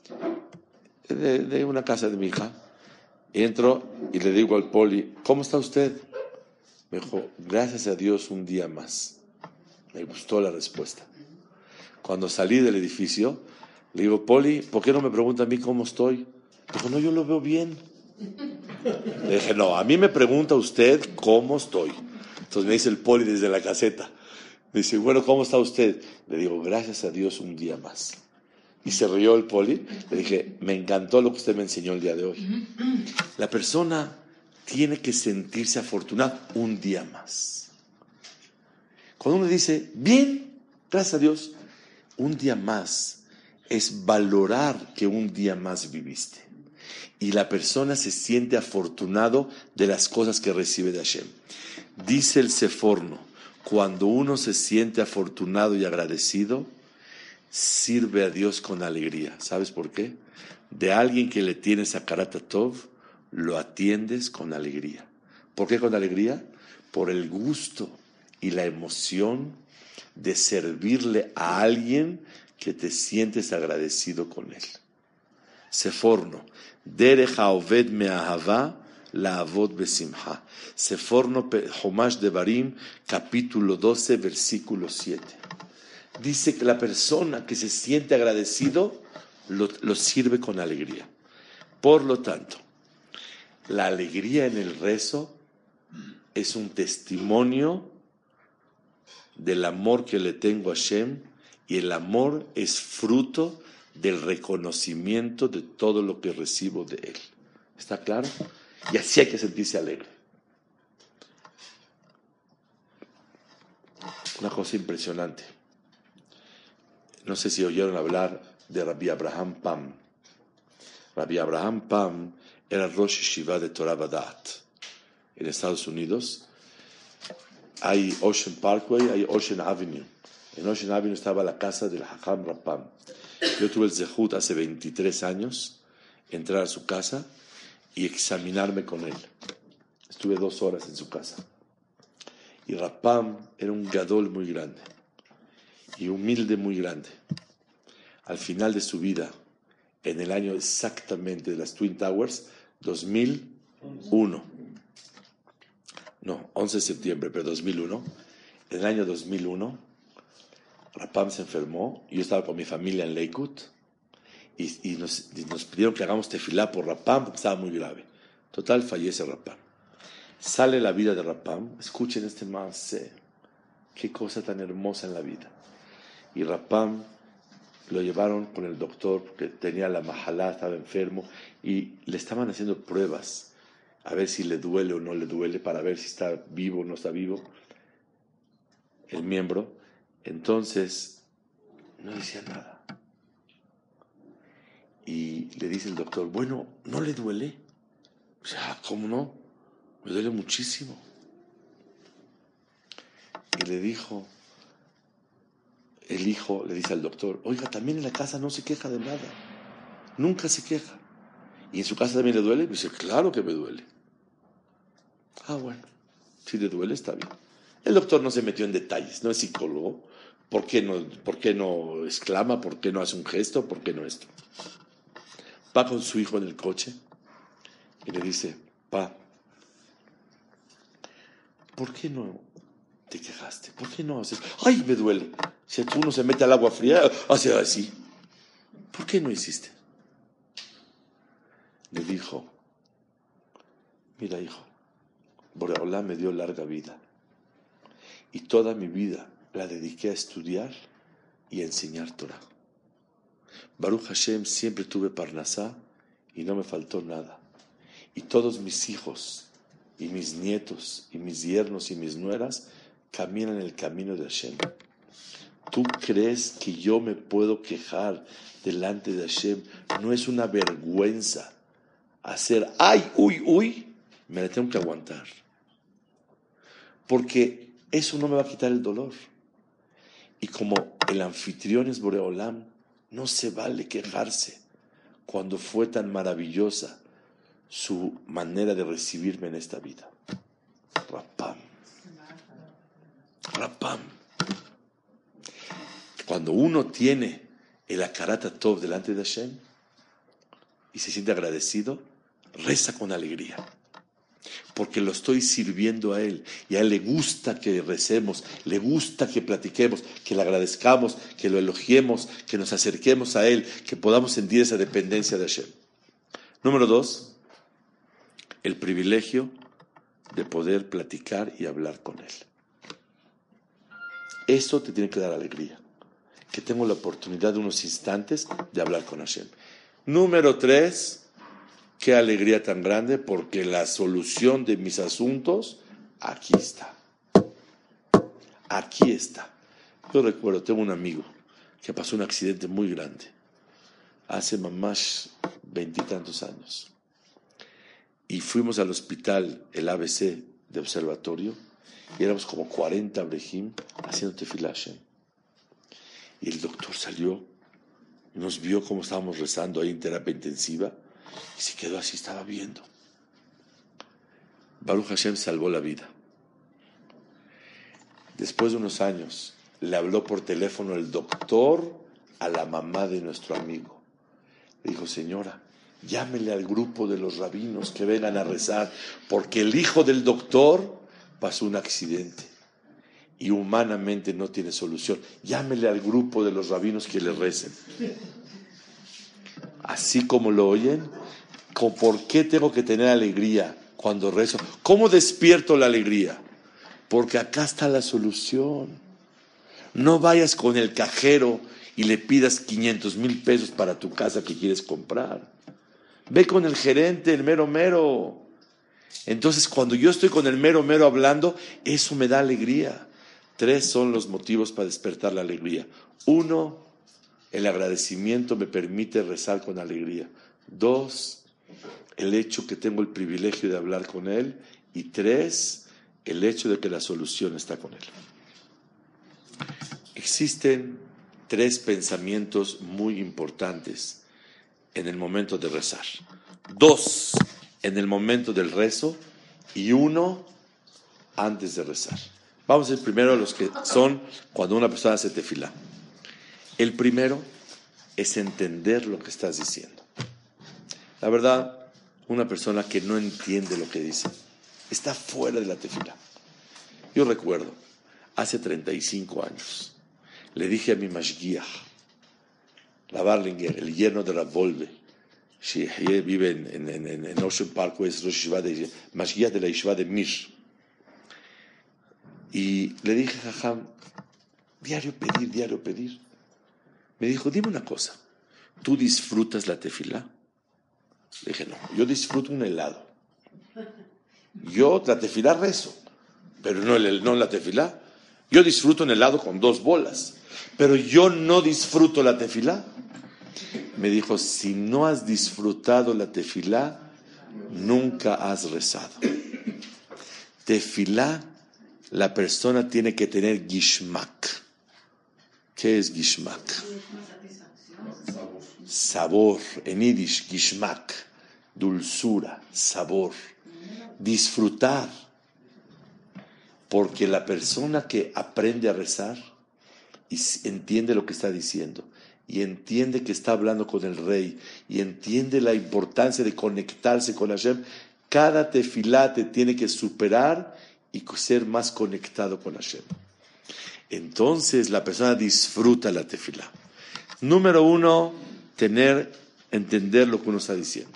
de una casa de mi hija, y entro y le digo al poli: ¿cómo está usted? Me dijo: gracias a Dios, un día más. Me gustó la respuesta. Cuando salí del edificio, le digo: poli, ¿por qué no me pregunta a mí cómo estoy? Dijo: no, yo lo veo bien. Le dije, no, a mí me pregunta usted cómo estoy. Entonces me dice el poli desde la caseta. Me dice, bueno, ¿cómo está usted? Le digo, gracias a Dios un día más. Y se rió el poli. Le dije, me encantó lo que usted me enseñó el día de hoy. La persona tiene que sentirse afortunada un día más. Cuando uno dice, bien, gracias a Dios, un día más es valorar que un día más viviste. Y la persona se siente afortunado de las cosas que recibe de Hashem. Dice el Seforno, cuando uno se siente afortunado y agradecido, sirve a Dios con alegría. ¿Sabes por qué? De alguien que le tienes a Karat Tov, lo atiendes con alegría. ¿Por qué con alegría? Por el gusto y la emoción de servirle a alguien que te sientes agradecido con él. Seforno, Derech haoved me'ahava la'avod besimha. Seforno Homash Devarim, capítulo 12, versículo 7. Dice que la persona que se siente agradecido lo sirve con alegría. Por lo tanto, la alegría en el rezo es un testimonio del amor que le tengo a Hashem, y el amor es fruto del reconocimiento de todo lo que recibo de Él. ¿Está claro? Y así hay que sentirse alegre. Una cosa impresionante. No sé si oyeron hablar de Rabbi Abraham Pam. Rabbi Abraham Pam era Rosh Yeshiva de Torah Badat. En Estados Unidos hay Ocean Parkway, hay Ocean Avenue. En Ocean Avenue estaba la casa del Hajam Rapam. Yo tuve el zehut hace 23 años entrar a su casa y examinarme con él. Estuve 2 horas en su casa. Y Rapam era un gadol muy grande y humilde muy grande. Al final de su vida, en el año exactamente de las Twin Towers, 2001. No, 11 de septiembre, pero 2001. En el año 2001, Rapam se enfermó. Yo estaba con mi familia en Lakewood y nos pidieron que hagamos tefilá por Rapam porque estaba muy grave. Total, fallece Rapam. Sale la vida de Rapam. Escuchen este más. Qué cosa tan hermosa en la vida. Y Rapam lo llevaron con el doctor porque tenía la mahalá, estaba enfermo y le estaban haciendo pruebas a ver si le duele o no le duele, para ver si está vivo o no está vivo el miembro. Entonces no decía nada y le dice el doctor, bueno, ¿no le duele? O sea, ¿cómo no? Me duele muchísimo. Y le dijo el hijo, le dice al doctor, oiga, también en la casa no se queja de nada, nunca se queja. ¿Y en su casa también le duele? Dice, claro que me duele. Ah, bueno, si le duele está bien. El doctor no se metió en detalles, no es psicólogo. ¿Por qué no exclama? ¿Por qué no hace un gesto? ¿Por qué no esto? Va con su hijo en el coche y le dice, pa, ¿por qué no te quejaste? ¿Por qué no haces? ¡Ay, me duele! Si uno se mete al agua fría, hace así. ¿Por qué no hiciste? Le dijo, mira, hijo, Boreolá me dio larga vida y toda mi vida la dediqué a estudiar y a enseñar Torah. Baruch Hashem, siempre tuve parnasá y no me faltó nada. Y todos mis hijos y mis nietos y mis yernos y mis nueras caminan el camino de Hashem. ¿Tú crees que yo me puedo quejar delante de Hashem? No es una vergüenza hacer ay, uy, me la tengo que aguantar. Porque eso no me va a quitar el dolor. Y como el anfitrión es Boreolam, no se vale quejarse cuando fue tan maravillosa su manera de recibirme en esta vida. Rapam. Cuando uno tiene el Akarat Tov delante de Hashem y se siente agradecido, reza con alegría. Porque lo estoy sirviendo a Él y a Él le gusta que recemos, le gusta que platiquemos, que le agradezcamos, que lo elogiemos, que nos acerquemos a Él, que podamos sentir esa dependencia de Hashem. Número 2, el privilegio de poder platicar y hablar con Él. Eso te tiene que dar alegría, que tengo la oportunidad de unos instantes de hablar con Hashem. Número 3, qué alegría tan grande, porque la solución de mis asuntos aquí está. Aquí está. Yo recuerdo, tengo un amigo que pasó un accidente muy grande, hace más 20 y tantos años. Y fuimos al hospital, el ABC de Observatorio, y éramos como 40 abrejim haciendo tefilá Hashem. Y el doctor salió, nos vio cómo estábamos rezando ahí en terapia intensiva, y se quedó así, estaba viendo. Baruch Hashem salvó la vida. Después de unos años, le habló por teléfono el doctor a la mamá de nuestro amigo. Le dijo: señora, llámele al grupo de los rabinos que vengan a rezar, porque el hijo del doctor pasó un accidente y humanamente no tiene solución. Llámele al grupo de los rabinos que le recen. Así como lo oyen, ¿por qué tengo que tener alegría cuando rezo? ¿Cómo despierto la alegría? Porque acá está la solución. No vayas con el cajero y le pidas 500,000 pesos para tu casa que quieres comprar. Ve con el gerente, el mero mero. Entonces, cuando yo estoy con el mero mero hablando, eso me da alegría. 3 son los motivos para despertar la alegría. 1, el agradecimiento me permite rezar con alegría. 2, el hecho que tengo el privilegio de hablar con Él. Y 3, el hecho de que la solución está con Él. Existen 3 pensamientos muy importantes en el momento de rezar. 2 en el momento del rezo y 1 antes de rezar. Vamos a ir primero a los que son cuando una persona hace tefilá. El primero es entender lo que estás diciendo. La verdad, una persona que no entiende lo que dice está fuera de la tefilá. Yo recuerdo, hace 35 años, le dije a mi mashgiach, la Barlinger, el yerno de Rav Wolbe, que vive en Ocean Parkway, es Rosh Yeshiva de mashgiach de la Yeshiva de Mir. Y le dije: jajam, diario pedir. Me dijo: dime una cosa, ¿tú disfrutas la tefilá? Le dije: no, yo disfruto un helado. Yo la tefilá rezo, pero no la tefilá. Yo disfruto un helado con 2 bolas, pero yo no disfruto la tefilá. Me dijo: si no has disfrutado la tefilá, nunca has rezado. Tefilá, la persona tiene que tener gishmak. ¿Qué es gishmak? Sabor. En yiddish, gishmak. Dulzura, sabor. Disfrutar. Porque la persona que aprende a rezar y entiende lo que está diciendo, y entiende que está hablando con el rey, y entiende la importancia de conectarse con Hashem, cada tefilá te tiene que superar y ser más conectado con Hashem. Entonces la persona disfruta la tefilá. Número 1, entender lo que uno está diciendo.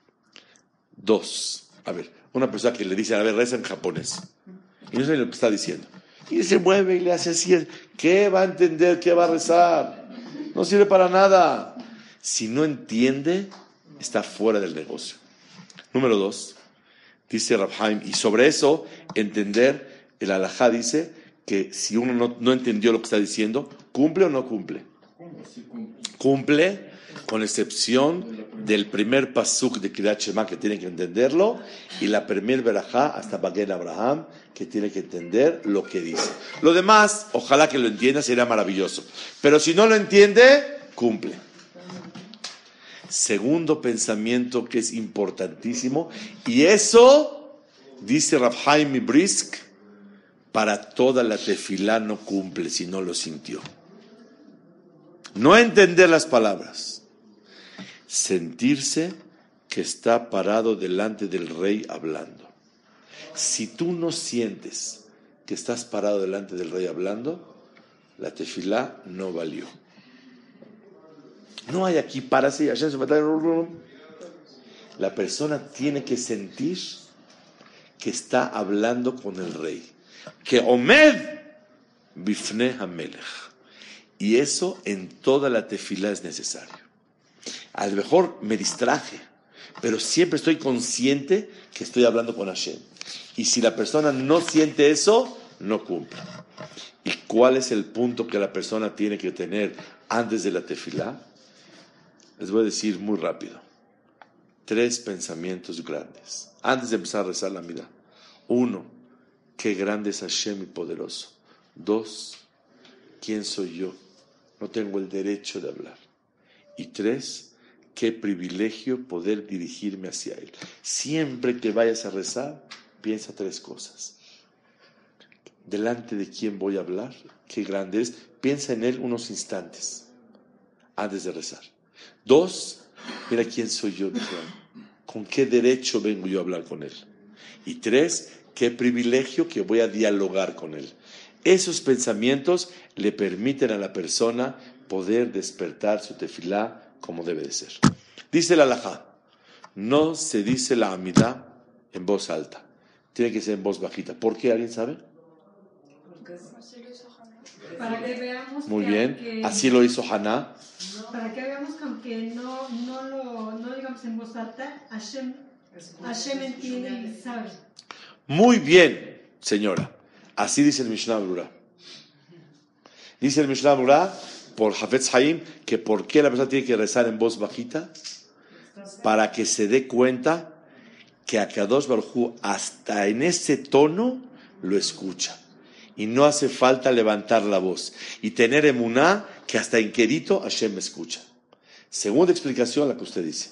2, una persona que le dice: a ver, reza en japonés, y no sabe lo que está diciendo, y se mueve y le hace así, ¿qué va a entender? ¿Qué va a rezar? No sirve para nada. Si no entiende, está fuera del negocio. Número 2, dice Rav Haim, y sobre eso entender, el halajá dice que si uno no entendió lo que está diciendo, ¿cumple o no cumple? Cumple, con excepción del primer pasuk de Kriyat Shema, que tiene que entenderlo, y la primer verajá hasta Magen Abraham, que tiene que entender lo que dice. Lo demás, ojalá que lo entienda, sería maravilloso. Pero si no lo entiende, cumple. Segundo pensamiento que es importantísimo, y eso, dice Rav Haim Brisk, para toda la tefilá no cumple si no lo sintió. No entender las palabras. Sentirse que está parado delante del rey hablando. Si tú no sientes que estás parado delante del rey hablando, la tefilá no valió. No hay aquí párase y Hashem se mata. La persona tiene que sentir que está hablando con el rey. Que Omed Bifnei HaMelech. Y eso en toda la tefilá es necesario. A lo mejor me distraje, pero siempre estoy consciente que estoy hablando con Hashem. Y si la persona no siente eso, no cumple. ¿Y cuál es el punto que la persona tiene que tener antes de la tefilá? Les voy a decir muy rápido. 3 pensamientos grandes. Antes de empezar a rezar la mirada. 1, qué grande es Hashem y poderoso. 2, ¿quién soy yo? No tengo el derecho de hablar. Y 3, qué privilegio poder dirigirme hacia Él. Siempre que vayas a rezar, piensa 3 cosas. ¿Delante de quién voy a hablar? Qué grande es. Piensa en Él unos instantes antes de rezar. 2, mira quién soy yo. ¿Con qué derecho vengo yo a hablar con Él? Y 3, qué privilegio que voy a dialogar con Él. Esos pensamientos le permiten a la persona poder despertar su tefilá como debe de ser. Dice la halajá, no se dice la amidá en voz alta, tiene que ser en voz bajita. ¿Por qué? ¿Alguien sabe? Para que veamos muy que bien, aunque, así lo hizo Haná. Para que veamos que aunque no digamos en voz alta, Hashem entiende y sabe. Muy bien, señora. Así dice el Mishnah Berurah. Dice el Mishnah Berurah por Hafetz Haim que por qué la persona tiene que rezar en voz bajita, para que se dé cuenta que a Kadosh Baruj Hu hasta en ese tono lo escucha y no hace falta levantar la voz y tener emuná que hasta en quedito Hashem me escucha. Segunda explicación la que usted dice,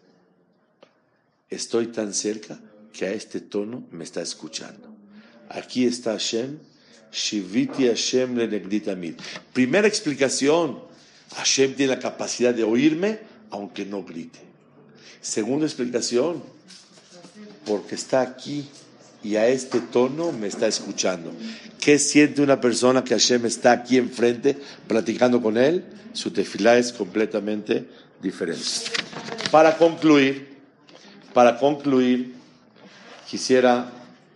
estoy tan cerca que a este tono me está escuchando. Aquí está Hashem, Shiviti Hashem lenegdi tamid. Primera explicación, Hashem tiene la capacidad de oírme aunque no grite. Segunda explicación, porque está aquí y a este tono me está escuchando. ¿Qué siente una persona que Hashem está aquí enfrente platicando con él? Su tefilá es completamente diferente. Para concluir, quisiera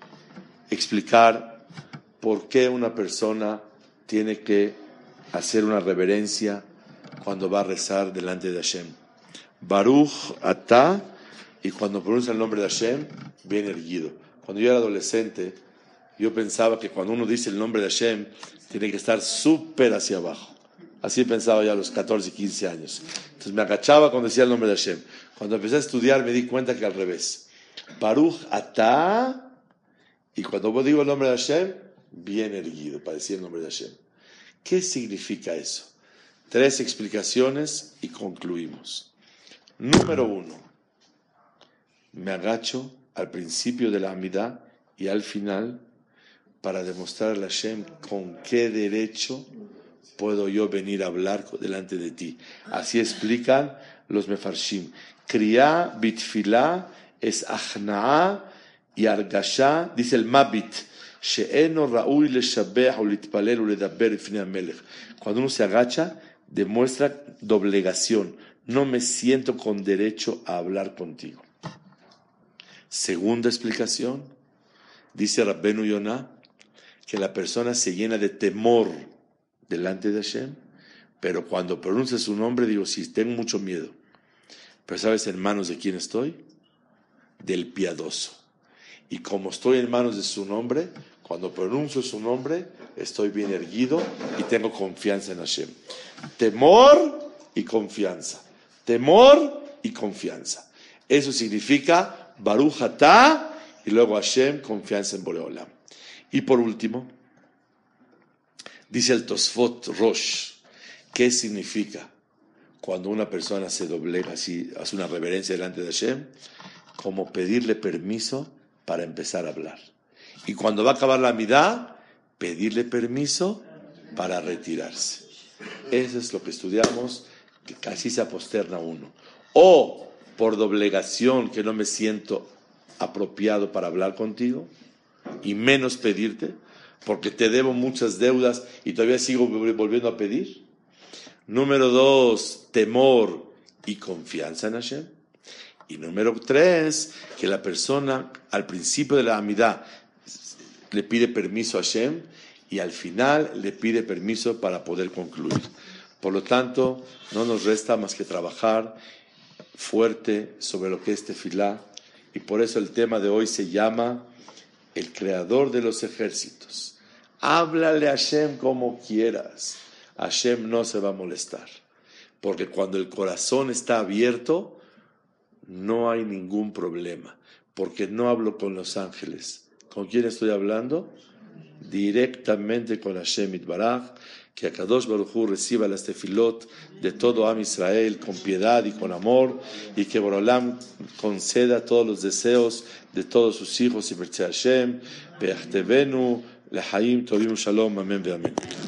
explicar por qué una persona tiene que hacer una reverencia cuando va a rezar delante de Hashem. Baruch atá, y cuando pronuncia el nombre de Hashem, bien erguido. Cuando yo era adolescente, yo pensaba que cuando uno dice el nombre de Hashem, tiene que estar súper hacia abajo. Así pensaba ya a los 14 y 15 años. Entonces me agachaba cuando decía el nombre de Hashem. Cuando empecé a estudiar me di cuenta que al revés. Baruch atá, y cuando digo el nombre de Hashem, bien erguido, para decir el nombre de Hashem. ¿Qué significa eso? 3 explicaciones y concluimos. Número 1, me agacho al principio de la Amidá y al final para demostrarle a Hashem con qué derecho puedo yo venir a hablar delante de ti. Así explican los mefarshim. Kriya bitfilá es achnaa y argasha, dice el Mabit, she'eno ra'ui leshabeach ulitpalel uledaber ifnei hamelech. Cuando uno se agacha, demuestra doblegación. No me siento con derecho a hablar contigo. Segunda explicación, dice Rabbenu Yonah, que la persona se llena de temor delante de Hashem, pero cuando pronuncia su nombre, digo, sí, tengo mucho miedo. Pero ¿sabes en manos de quién estoy? Del piadoso. Y como estoy en manos de su nombre, cuando pronuncio su nombre, estoy bien erguido y tengo confianza en Hashem. Temor y confianza. Temor y confianza. Eso significa Baruch atá y luego Hashem, confianza en Boreolam. Y por último, dice el Tosfot Rosh, ¿qué significa cuando una persona se doblega así, hace una reverencia delante de Hashem? Como pedirle permiso para empezar a hablar. Y cuando va a acabar la Amidá, pedirle permiso para retirarse. Eso es lo que estudiamos, que así se aposterna uno. O por doblegación, que no me siento apropiado para hablar contigo, y menos pedirte, porque te debo muchas deudas y todavía sigo volviendo a pedir. Número 2, temor y confianza en Hashem. Y número 3, que la persona al principio de la Amidá le pide permiso a Hashem y al final le pide permiso para poder concluir. Por lo tanto, no nos resta más que trabajar fuerte sobre lo que es tefilá, y por eso el tema de hoy se llama el creador de los ejércitos. Háblale a Hashem como quieras, Hashem no se va a molestar, porque cuando el corazón está abierto no hay ningún problema, porque no hablo con los ángeles. ¿Con quién estoy hablando? Directamente con Hashem Itbaraj. Que Akadosh Baruj Hu reciba las tefilot de todo Am Israel con piedad y con amor, y que Borolam conceda todos los deseos de todos sus hijos y Bertze Hashem, Be'achtevenu, Lehaim Tovim Shalom, Amén, Amén.